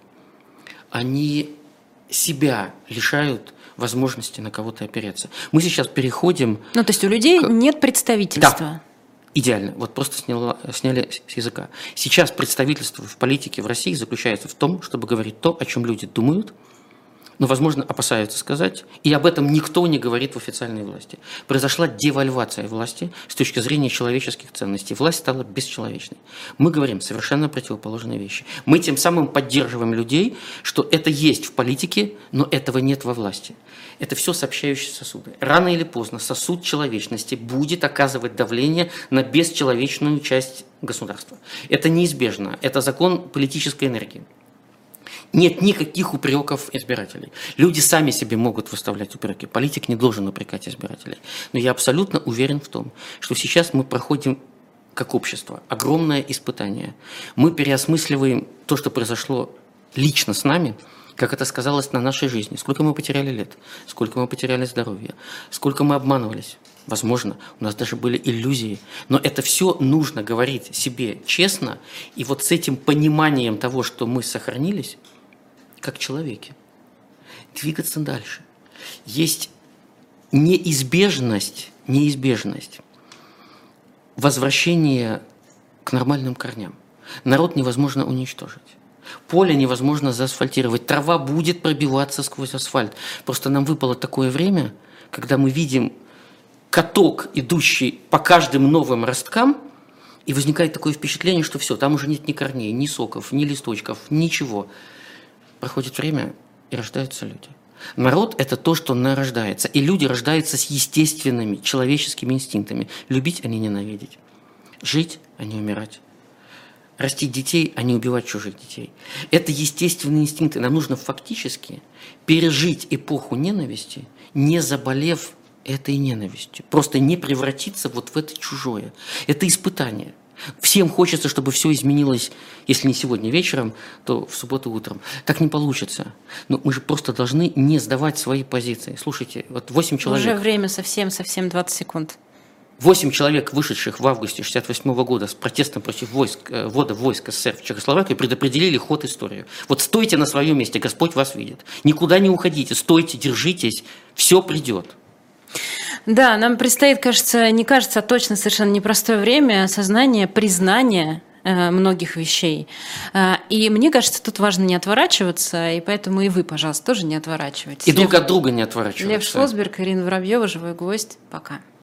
они себя лишают возможности на кого-то опереться. Мы сейчас переходим... Ну, то есть у людей к... нет представительства. Да. Идеально. Вот просто сняла, сняли с языка. Сейчас представительство в политике в России заключается в том, чтобы говорить то, о чем люди думают, но, возможно, опасаются сказать, и об этом никто не говорит в официальной власти. Произошла девальвация власти с точки зрения человеческих ценностей. Власть стала бесчеловечной. Мы говорим совершенно противоположные вещи. Мы тем самым поддерживаем людей, что это есть в политике, но этого нет во власти. Это все сообщающие сосуды. Рано или поздно сосуд человечности будет оказывать давление на бесчеловечную часть государства. Это неизбежно. Это закон политической энергии. Нет никаких упреков избирателей. Люди сами себе могут выставлять упреки. Политик не должен упрекать избирателей. Но я абсолютно уверен в том, что сейчас мы проходим, как общество, огромное испытание. Мы переосмысливаем то, что произошло лично с нами, как это сказалось на нашей жизни. Сколько мы потеряли лет, сколько мы потеряли здоровья, сколько мы обманывались. Возможно, у нас даже были иллюзии. Но это все нужно говорить себе честно. И вот с этим пониманием того, что мы сохранились, как человеки, двигаться дальше. Есть неизбежность, неизбежность возвращения к нормальным корням. Народ невозможно уничтожить. Поле невозможно заасфальтировать. Трава будет пробиваться сквозь асфальт. Просто нам выпало такое время, когда мы видим каток, идущий по каждым новым росткам, и возникает такое впечатление, что все, там уже нет ни корней, ни соков, ни листочков, ничего. Проходит время, и рождаются люди. Народ – это то, что нарождается. И люди рождаются с естественными человеческими инстинктами. Любить, а не ненавидеть. Жить, а не умирать. Растить детей, а не убивать чужих детей. Это естественные инстинкты. Нам нужно фактически пережить эпоху ненависти, не заболев этой ненавистью. Просто не превратиться вот в это чужое. Это испытание. Всем хочется, чтобы все изменилось, если не сегодня вечером, то в субботу утром. Так не получится. Но мы же просто должны не сдавать свои позиции. Слушайте, вот восемь человек... Уже время совсем-совсем двадцать секунд. Восемь человек, вышедших в августе шестьдесят восьмого года с протестом против войск, ввода войск СССР в Чехословакию, предопределили ход истории. Вот стойте на своем месте, Господь вас видит. Никуда не уходите, стойте, держитесь, все придет. Да, нам предстоит, кажется, не кажется, а точно совершенно непростое время осознания, признания э, многих вещей. Э, и мне кажется, тут важно не отворачиваться, и поэтому и вы, пожалуйста, тоже не отворачивайтесь. И Лев, друг от друга не отворачиваться. Лев Шлосберг, Ирина Воробьева, «Живой гвоздь». Пока.